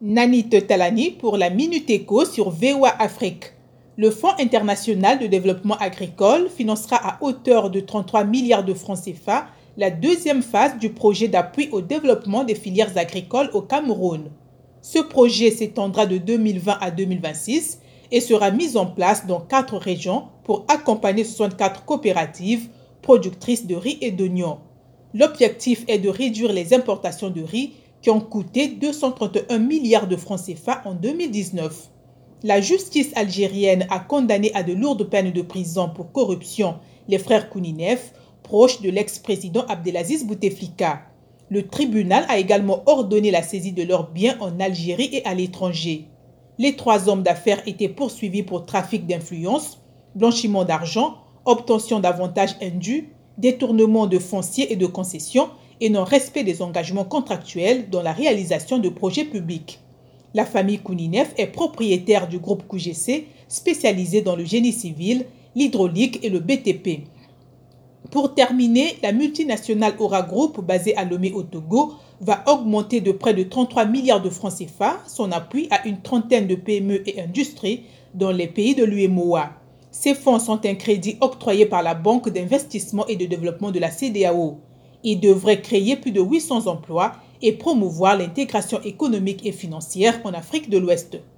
Nanit Talani pour la Minute Éco sur VOA Afrique. Le Fonds international de développement agricole financera à hauteur de 33 milliards de francs CFA la deuxième phase du projet d'appui au développement des filières agricoles au Cameroun. Ce projet s'étendra de 2020 à 2026 et sera mis en place dans 4 régions pour accompagner 64 coopératives productrices de riz et d'oignons. L'objectif est de réduire les importations de riz qui ont coûté 231 milliards de francs CFA en 2019. La justice algérienne a condamné à de lourdes peines de prison pour corruption les frères Kouninef, proches de l'ex-président Abdelaziz Bouteflika. Le tribunal a également ordonné la saisie de leurs biens en Algérie et à l'étranger. Les 3 hommes d'affaires étaient poursuivis pour trafic d'influence, blanchiment d'argent, obtention d'avantages indus, détournement de fonciers et de concessions et non-respect des engagements contractuels dans la réalisation de projets publics. La famille Kouninef est propriétaire du groupe QGC, spécialisé dans le génie civil, l'hydraulique et le BTP. Pour terminer, la multinationale Aura Group, basée à Lomé au Togo, va augmenter de près de 33 milliards de francs CFA son appui à une trentaine de PME et industries dans les pays de l'UEMOA. Ces fonds sont un crédit octroyé par la Banque d'investissement et de développement de la CEDEAO. Ils devraient créer plus de 800 emplois et promouvoir l'intégration économique et financière en Afrique de l'Ouest.